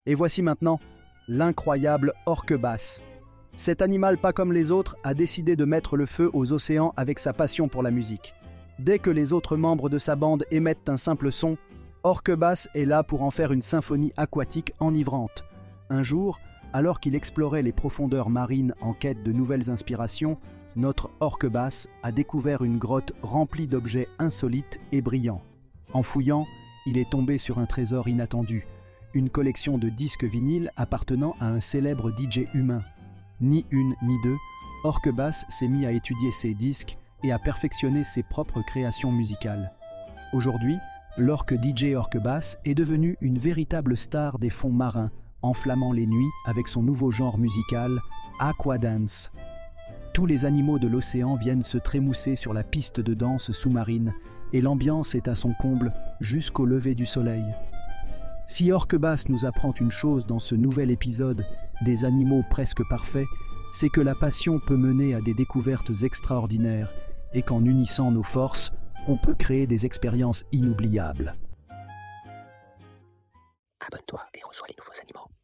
Et voici maintenant l'incroyable orque basse. Cet animal pas comme les autres a décidé de mettre le feu aux océans avec sa passion pour la musique. Dès que les autres membres de sa bande émettent un simple son, Orque basse est là pour en faire une symphonie aquatique enivrante. Un jour, alors qu'il explorait les profondeurs marines en quête de nouvelles inspirations, notre orque basse a découvert une grotte remplie d'objets insolites et brillants. En fouillant, il est tombé sur un trésor inattendu, une collection de disques vinyles appartenant à un célèbre DJ humain. Ni une ni deux, Orque basse s'est mis à étudier ces disques et à perfectionner ses propres créations musicales. Aujourd'hui, l'orque DJ Orque basse est devenu une véritable star des fonds marins, enflammant les nuits avec son nouveau genre musical, Aquadance. Tous les animaux de l'océan viennent se trémousser sur la piste de danse sous-marine et l'ambiance est à son comble jusqu'au lever du soleil. Si Orque basse nous apprend une chose dans ce nouvel épisode des animaux presque parfaits, c'est que la passion peut mener à des découvertes extraordinaires et qu'en unissant nos forces, on peut créer des expériences inoubliables. Abonne-toi et reçois les nouveaux animaux.